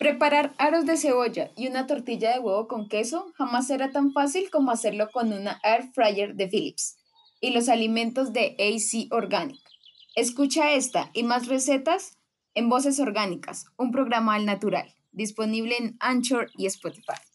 Preparar aros de cebolla y una tortilla de huevo con queso jamás será tan fácil como hacerlo con una air fryer de Philips y los alimentos de AC Organic. Escucha esta y más recetas en Voces Orgánicas, un programa al natural, disponible en Anchor y Spotify.